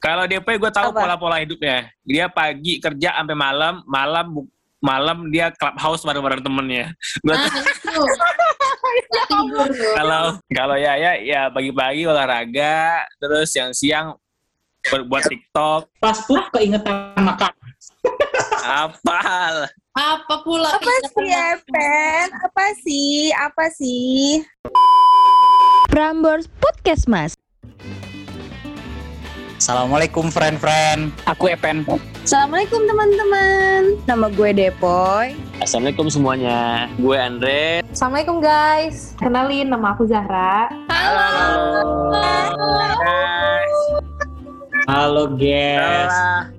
Kalau DP gue tahu Apa? pola-pola hidupnya. Dia pagi kerja sampai malam dia clubhouse bareng-bareng temennya. Gua Itu. Tidur tuh. kalau ya pagi-pagi olahraga, terus siang-siang buat TikTok. Pas pup keingetan makan. Apal. Apa pula? Apa sih, Epen? Apa sih? Prambors Podcast, Mas. Assalamualaikum friend-friend. Aku Epen. Assalamualaikum teman-teman. Nama gue Depoy. Assalamualaikum semuanya. Gue Andre. Assalamualaikum guys, kenalin nama aku Zahra. Halo guys.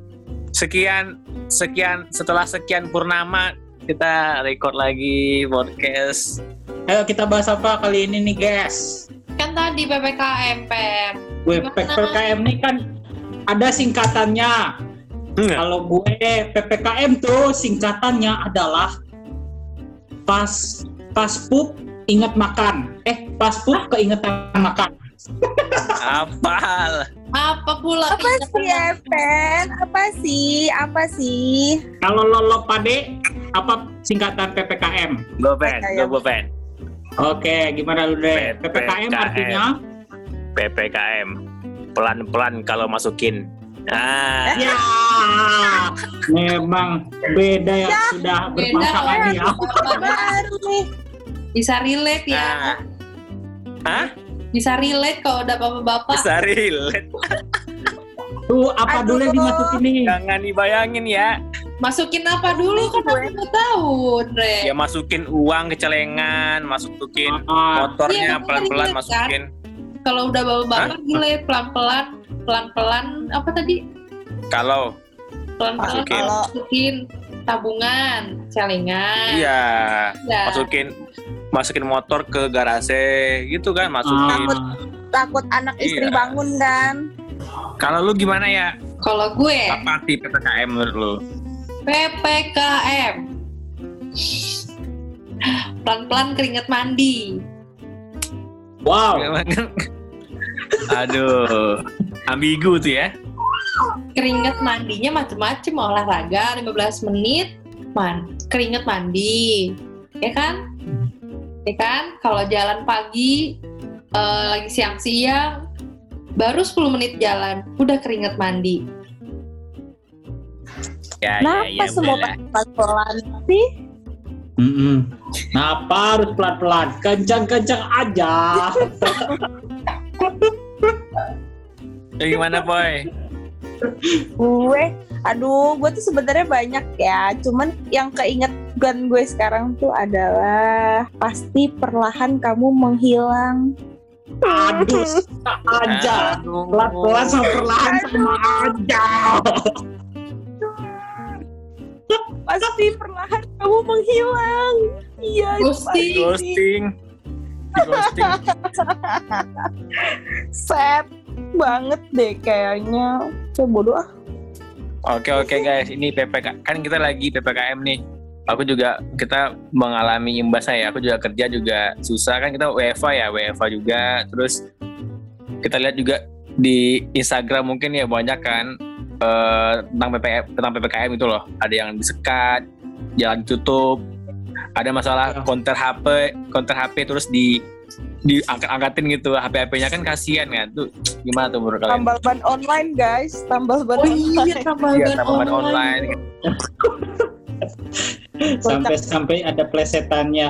Setelah sekian purnama kita record lagi podcast. Ayo kita bahas apa kali ini nih guys? Kan tadi PPKM, Pen. PPKM ini kan ada singkatannya. Kalau gue PPKM tuh singkatannya adalah pas pup inget makan. Pas pup keingetan makan. Apal. Apa pula? Apa sih, Epen? Apa sih? Kalau lo pade apa singkatan PPKM? Gue pen. Oke, gimana lu deh? PPKM artinya? PPKM. Pelan-pelan kalau masukin. Ya, memang beda yang sudah berpasangan ya. Baru nih. Bisa relate ya. Hah? Bisa relate kalau udah bapak-bapak. Bisa relate. Tuh apa dulu yang dimasukin nih? Jangan dibayangin ya. Masukin apa dulu kan aku nggak tahu, Andre. Ya masukin uang ke celengan, masukin motornya Iya, pelan-pelan relate, masukin. Kalau udah bapak-bapak relate pelan-pelan apa tadi? Kalau Pelan-pelan Masukin. masukin tabungan, celengan. iya, Ya. masukin motor ke garasi gitu kan, masukin. Takut anak istri Iya. bangun kan? Kalau lu gimana ya? Kalau gue Apa arti PPKM menurut lu? PPKM. Pelan-pelan keringet mandi. Wow. Aduh, ambigu tuh ya. Keringet mandinya macem-macem, olahraga 15 menit, keringet mandi. Ya kan? Kalau jalan pagi, lagi siang-siang, baru 10 menit jalan, udah keringet mandi. Ya, Kenapa semua pelan-pelan sih? Kenapa harus pelan-pelan? Kencang-kencang aja. Gimana, Boy? Gue tuh sebenarnya banyak ya. Cuman yang keingetan gue sekarang tuh adalah pasti perlahan kamu menghilang. Aduh, aja. Pelan-pelan sama perlahan sama aja. Pasti perlahan kamu menghilang. Iya, itu pasti. Ghosting. Sad banget deh kayaknya. Coba bodo ah. Oke guys, ini kan kita lagi PPKM nih. Kita mengalami imbasnya ya. Aku juga kerja juga susah kan, kita WFA juga. Terus kita lihat juga di Instagram mungkin ya banyak kan tentang PPKM itu loh. Ada yang disekat, jalan ditutup, ada masalah counter HP terus diangkat-angkatin gitu HP-nya kan, kasihan kan. Tuh gimana tuh menurut kalian? Tambal ban online guys, tambal ban online. tambal ban online. Sampai ada plesetannya.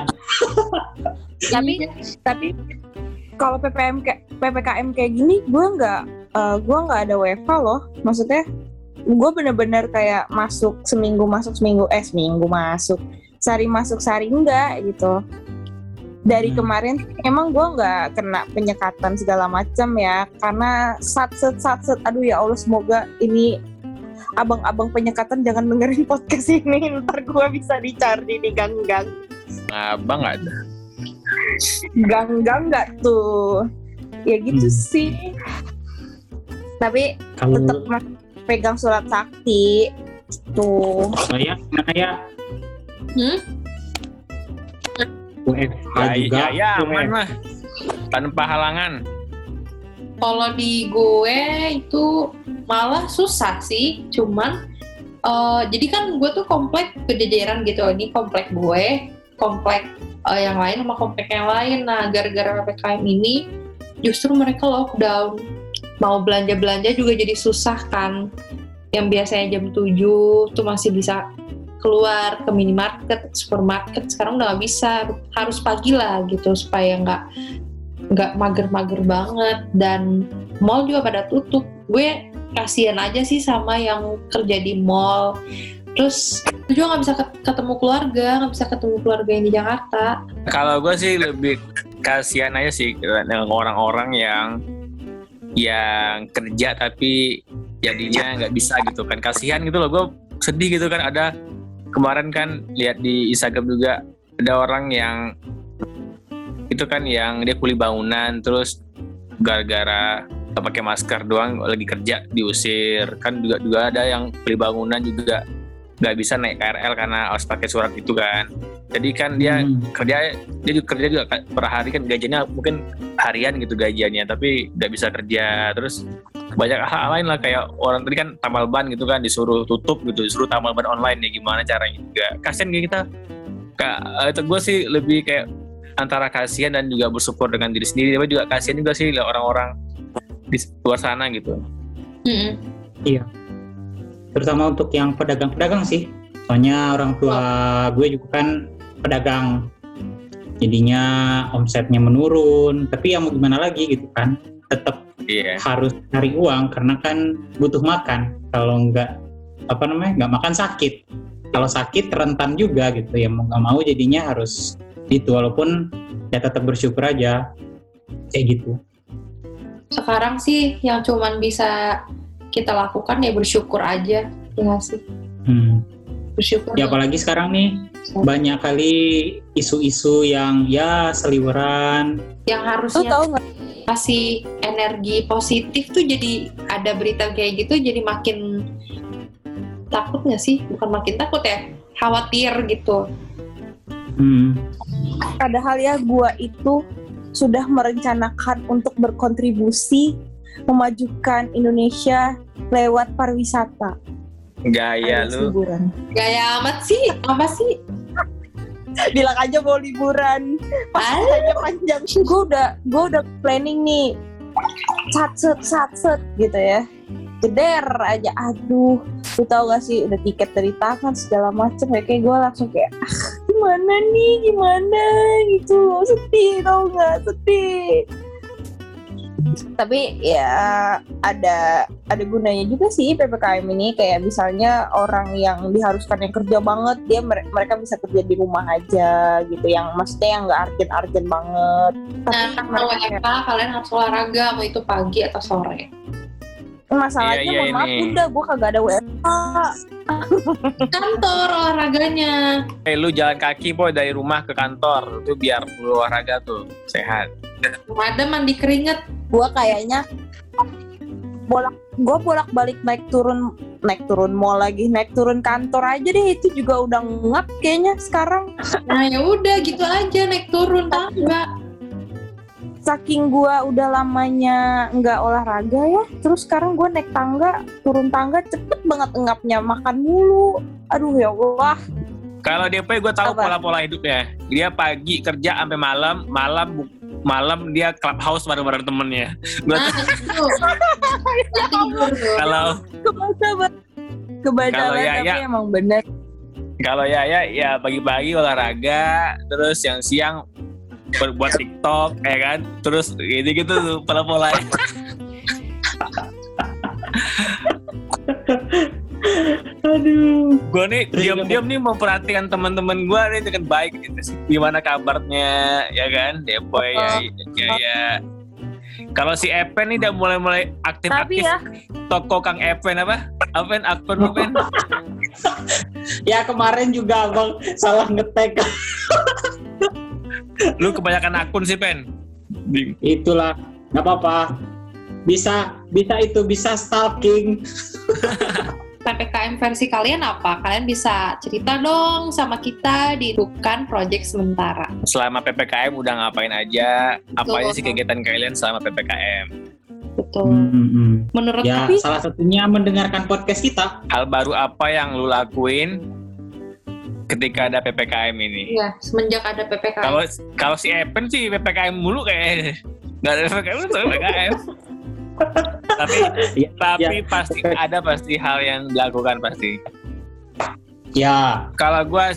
Tapi kalau PPKM kayak gini, gue nggak ada WFH loh. Maksudnya gue bener-bener kayak seminggu masuk, sehari masuk sehari enggak gitu. Dari kemarin emang gue nggak kena penyekatan segala macam ya, karena satset. Aduh ya Allah, semoga ini abang-abang penyekatan jangan dengerin podcast ini, ntar gue bisa dicari di gang-gang. Abang nggak ada. Gang-gang nggak tuh? Ya gitu sih. Tapi tetap pegang surat sakti tuh. Mana ya? WFH juga. Ya, aman mah. Tanpa halangan. Kalau di gue itu malah susah sih, cuman jadi kan gue tuh komplek berjejeran gitu. Ini komplek gue, komplek yang lain sama komplek yang lain. Nah, gara-gara PPKM ini justru mereka lockdown. Mau belanja-belanja juga jadi susah kan. Yang biasanya jam 7 tuh masih bisa keluar ke minimarket, supermarket, sekarang udah gak bisa. Harus pagi lah gitu supaya nggak mager-mager banget, dan mall juga pada tutup. Gue kasihan aja sih sama yang kerja di mall, terus gue juga nggak bisa ketemu keluarga yang di Jakarta. Kalau gue sih lebih kasihan aja sih dengan orang-orang yang kerja tapi jadinya nggak bisa gitu kan. Kasihan gitu loh, gue sedih gitu kan. Ada kemarin kan lihat di Instagram juga ada orang yang itu kan yang dia kuli bangunan, terus gara-gara gak pakai masker doang lagi kerja diusir kan. Juga ada yang kuli bangunan juga nggak bisa naik KRL karena harus pakai surat itu kan. Jadi kan dia kerja juga per hari kan, gajinya mungkin harian gitu gajiannya, tapi nggak bisa kerja. Terus banyak hal lain lah, kayak orang tadi kan tambal ban gitu kan disuruh tutup gitu, disuruh tambal ban online ya, gimana caranya juga. Kasian kita. Itu gue sih lebih kayak antara kasihan dan juga bersyukur dengan diri sendiri, tapi juga kasihan juga sih orang-orang di luar sana gitu. Iya. Terutama untuk yang pedagang-pedagang sih. Soalnya orang tua gue juga kan pedagang. Jadinya omsetnya menurun, tapi ya mau gimana lagi gitu kan. Tetap harus cari uang karena kan butuh makan. Kalau nggak makan sakit. Kalau sakit rentan juga gitu ya, mau nggak mau jadinya harus gitu, walaupun ya tetap bersyukur aja kayak gitu. Sekarang sih yang cuman bisa kita lakukan ya bersyukur aja, ya nggak sih? Bersyukur. Ya apalagi sekarang nih banyak kali isu-isu yang ya seliweran. Yang harusnya kasih energi positif tuh jadi ada berita kayak gitu, jadi makin takut nggak sih? Bukan makin takut ya, khawatir gitu. Padahal ya gue itu sudah merencanakan untuk berkontribusi memajukan Indonesia lewat pariwisata. Gaya lu. Liburan. Gaya amat sih, apa sih? Bilang aja mau liburan. Pasnya panjang. Gue udah planning nih. Satset gitu ya. Jeder aja, aduh, lu tau gak sih, udah tiket dari tangan segala macem ya, kayak gue langsung kayak gimana gitu, sedih tau gak, sedih. Tapi ya ada gunanya juga sih PPKM ini, kayak misalnya orang yang diharuskan yang kerja banget, mereka bisa kerja di rumah aja gitu, yang maksudnya yang nggak urgent banget. Kalau kalian harus olahraga, mau itu pagi atau sore. Masalahnya mohon maaf, udah gue kagak ada WFH. Kantor olahraganya. Lu jalan kaki dari rumah ke kantor tuh biar lu olahraga tuh sehat. Ada mandi keringet. Gue kayaknya bolak-balik naik turun mall lagi, naik turun kantor aja deh, itu juga udah ngap kayaknya sekarang. Nah ya udah gitu aja, naik turun tangga. Saking gue udah lamanya nggak olahraga ya, terus sekarang gue naik tangga, turun tangga cepet banget ngapnya, makan mulu. Aduh ya Allah. Kalau DP gue tahu pola-pola hidupnya. Dia pagi kerja sampai malam dia clubhouse bareng-bareng temennya. Kalau kebaca tapi emang bener. Kalau ya pagi-pagi olahraga, terus siang buat TikTok ya kan, terus gitu tuh pola-polanya. Aduh. Gue nih diam-diam nih memperhatikan teman-teman gue nih dengan baik gitu. Gimana kabarnya ya kan, Depoy ya. Kalau si Epen nih udah mulai aktif-aktif ya. Toko Kang Epen apa? Akun Epen? Ya kemarin juga abang salah ngetek. Lu kebanyakan akun sih, Pen. Itulah, nggak apa-apa. Bisa stalking. PPKM versi kalian apa? Kalian bisa cerita dong sama kita di Bukan Project Sementara. Selama PPKM udah ngapain aja? Apa aja sih kegiatan kalian selama PPKM? Betul. Menurut Ya, kamu salah satunya mendengarkan podcast kita. Hal baru apa yang lu lakuin ketika ada PPKM ini? ya semenjak ada PPKM. Kalau si Epen sih PPKM mulu kayaknya. Nggak ada PPKM itu PPKM. tapi Ya, pasti ada hal yang dilakukan pasti. Ya, Kalau gua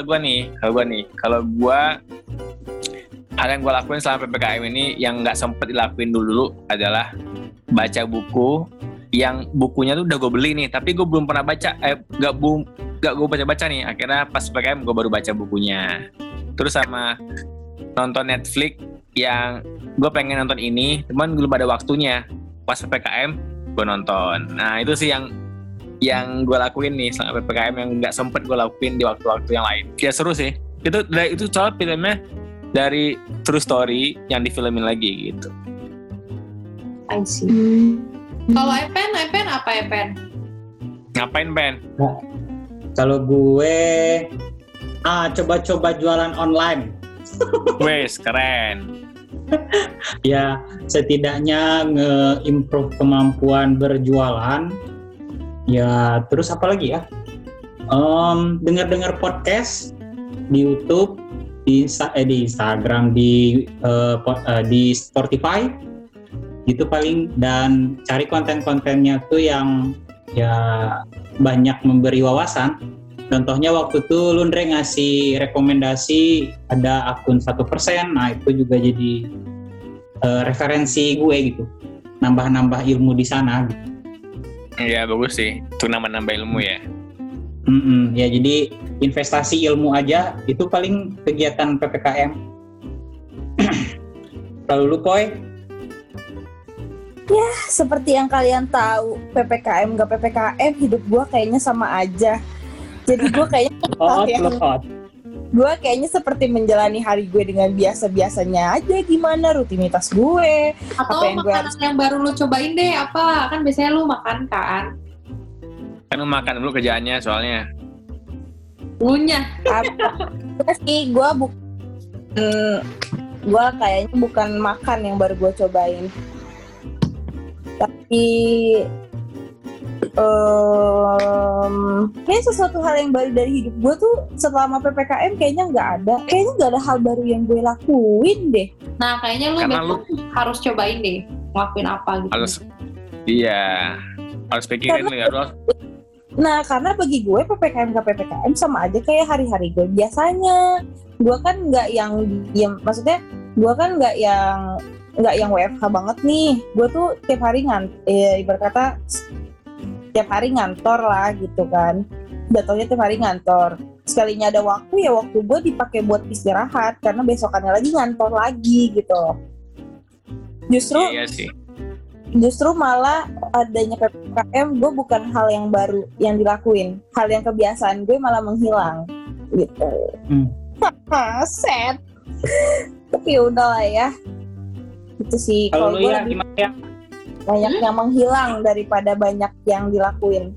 hal yang gua lakuin selama PPKM ini yang nggak sempet dilakuin dulu adalah baca buku. Yang bukunya tuh udah gue beli nih, tapi gue belum pernah baca. Gak gue baca nih. Akhirnya pas PPKM gue baru baca bukunya. Terus sama nonton Netflix yang gue pengen nonton ini, cuman belum ada waktunya. Pas PPKM gue nonton. Nah itu sih yang gue lakuin nih selama PPKM yang nggak sempet gue lakuin di waktu-waktu yang lain. Ya seru sih. Itu soal filmnya dari true story yang difilmin lagi gitu. I see. Kalau Epen apa Epen? Ngapain Ben? kalau gue coba-coba jualan online. Wes keren. Ya, setidaknya nge-improve kemampuan berjualan. Ya, terus apa lagi ya? Dengar-dengar podcast di YouTube, di Instagram, di Spotify, itu paling, dan cari konten-kontennya tuh yang ya banyak memberi wawasan. Contohnya waktu itu Lundre ngasih rekomendasi ada akun 1%, nah itu juga jadi referensi gue gitu, nambah-nambah ilmu di sana gitu. Iya bagus sih, itu nambah ilmu ya. Ya jadi investasi ilmu aja itu paling kegiatan PPKM. Lalu lu Koy? Ya, seperti yang kalian tahu, PPKM gak PPKM, hidup gue kayaknya sama aja. Jadi gue kayaknya gue kayaknya seperti menjalani hari gue dengan biasa-biasanya aja. Gimana rutinitas gue? Atau apa yang makanan yang baru lu cobain deh apa? Kan biasanya lu makan kan? Kan lu makan dulu kerjaannya soalnya. Lunya. Gue sih gue kayaknya bukan makan yang baru gue cobain, tapi kayak sesuatu hal yang baru dari hidup gue tuh selama PPKM kayaknya nggak ada hal baru yang gue lakuin deh. Nah kayaknya lu harus cobain deh ngelakuin apa gitu. Harus pikirin lu ya Ros. Nah karena bagi gue PPKM gak PPKM sama aja kayak hari-hari gue biasanya. Gue kan nggak yang diem, maksudnya gue kan nggak yang WFH banget nih. Gue tuh tiap hari ibarat kata tiap hari ngantor lah gitu kan. Jatuhnya tiap hari ngantor. Sekalinya ada waktu ya waktu gue dipakai buat istirahat karena besokannya lagi ngantor lagi gitu. Justru malah adanya PPKM gue bukan hal yang baru yang dilakuin. Hal yang kebiasaan gue malah menghilang gitu. Sad. Tapi udah lah ya. Itu sih kalau lu ya lebih gimana ya? banyak yang menghilang daripada banyak yang dilakuin.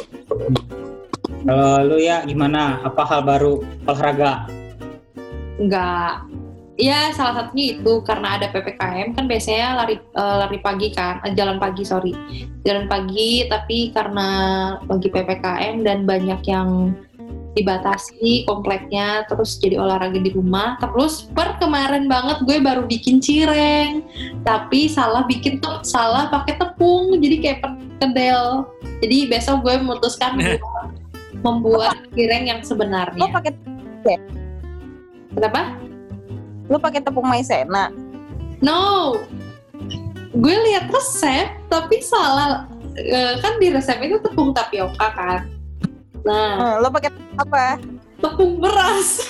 Kalau lu ya gimana? Apa hal baru olahraga? Enggak. Ya salah satunya itu karena ada PPKM kan biasanya lari pagi kan, jalan pagi tapi karena lagi PPKM dan banyak yang dibatasi kompleknya, terus jadi olahraga di rumah. Terus kemarin banget gue baru bikin cireng, tapi salah pakai tepung, jadi kayak perkedel. Jadi besok gue memutuskan membuat cireng yang sebenarnya. Lo pakai Kenapa? Lo pakai tepung maizena? No, gue lihat resep tapi salah. Kan di resep itu tepung tapioka kan. Nah, Lo pakai apa? tepung beras.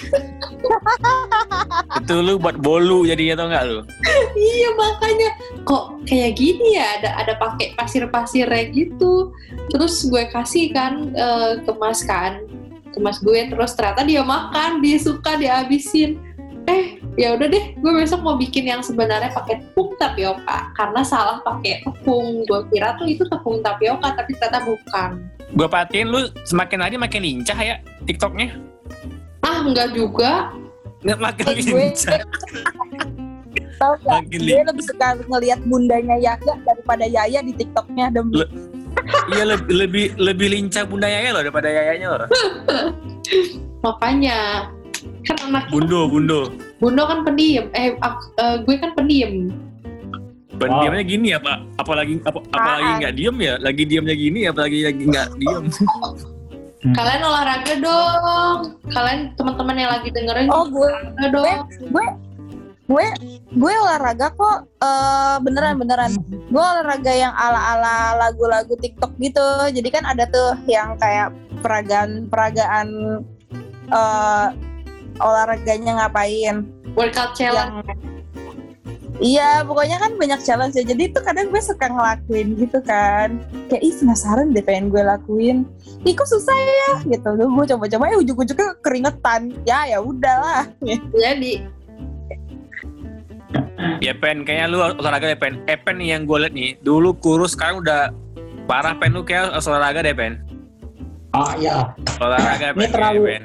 Itu lu buat bolu jadinya tau nggak lu? Iya makanya kok kayak gini ya, ada pakai pasir-pasirnya gitu. Terus gue kasih kan kemas gue, terus ternyata dia makan, dia suka, dia habisin. Ya udah deh, gue besok mau bikin yang sebenarnya pakai tepung tapioka karena salah pakai tepung. Gue kira tuh itu tepung tapioka tapi ternyata bukan. Gue perhatiin lu semakin hari makin lincah ya TikToknya. Enggak juga. Nggak makin lincah. Tahu nggak? Makin Gue lebih suka ngelihat bundanya Yaga daripada Yaya di TikToknya demi. Iya lebih lincah bunda Yaya loh daripada Yayanya loh. Makanya kan anak Bundo kan pendiam. Gue kan pendiam. Pendiamnya gini apalagi nggak diem ya, lagi diamnya gini apalagi lagi nggak diem. Kalian olahraga dong. Kalian teman-teman yang lagi dengerin olahraga dong. Gue olahraga kok, beneran. Gue olahraga yang ala-ala lagu-lagu TikTok gitu. Jadi kan ada tuh yang kayak peragaan olahraganya ngapain. Workout challenge. Iya, pokoknya kan banyak challenge ya. Jadi itu kadang gue suka ngelakuin gitu kan. Kayak penasaran deh pengen gue lakuin. Kok susah ya gitu. Gue coba-coba ujung-ujungnya keringetan. Ya udahlah. Jadi Ya Pen, kayaknya lu olahraga deh Pen. Pen nih yang gue liat nih, dulu kurus sekarang udah parah Pen, lu kayak olahraga deh Pen. Oh iya. Olahraga Ini Pen. terlalu Pen.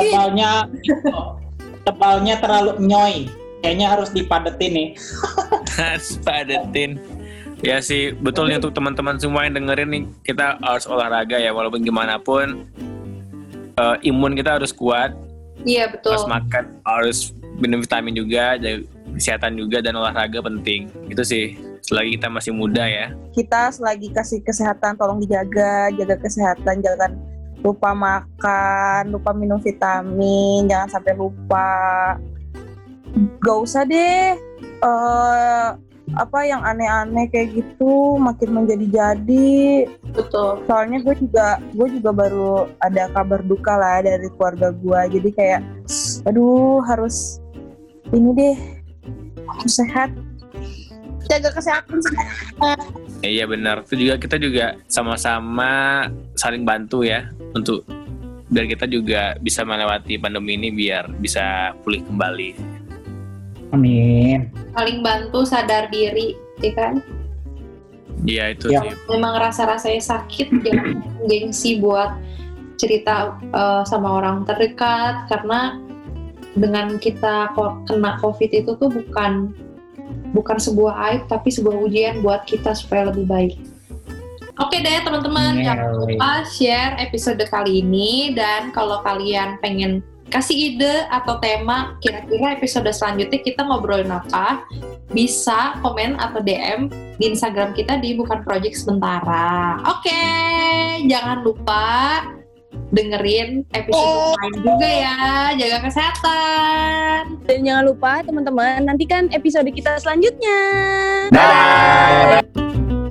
tebalnya terlalu nyoy. Kayaknya harus dipadetin nih. Harus padetin. Ya sih, betul nih untuk teman-teman semua yang dengerin nih, kita harus olahraga ya, walaupun gimana pun imun kita harus kuat. iya betul. Harus makan, harus minum vitamin juga, jaga kesehatan juga, dan olahraga penting. Itu sih, selagi kita masih muda ya. Kita selagi kasih kesehatan tolong jaga kesehatan, jangan lupa makan, lupa minum vitamin, jangan sampai lupa. Gak usah deh yang aneh-aneh kayak gitu makin menjadi-jadi. Betul. Soalnya gue juga baru ada kabar duka lah dari keluarga gue, jadi kayak harus sehat, jaga kesehatan. Iya benar. Itu juga kita juga sama-sama saling bantu ya, untuk biar kita juga bisa melewati pandemi ini, biar bisa pulih kembali. Amin. Saling bantu, sadar diri, ya kan? Iya itu Ya. sih. Memang rasanya sakit, jangan gengsi buat cerita sama orang terdekat, karena dengan kita kena COVID itu tuh bukan sebuah aib, tapi sebuah ujian buat kita supaya lebih baik. Oke deh teman-teman, jangan lupa share episode kali ini, dan kalau kalian pengen kasih ide atau tema kira-kira episode selanjutnya kita ngobrolin apa, bisa komen atau DM di Instagram kita di Bukan Project Sementara. Oke, jangan lupa dengerin episode lain juga ya, jaga kesehatan. Dan jangan lupa teman-teman nantikan episode kita selanjutnya. Bye.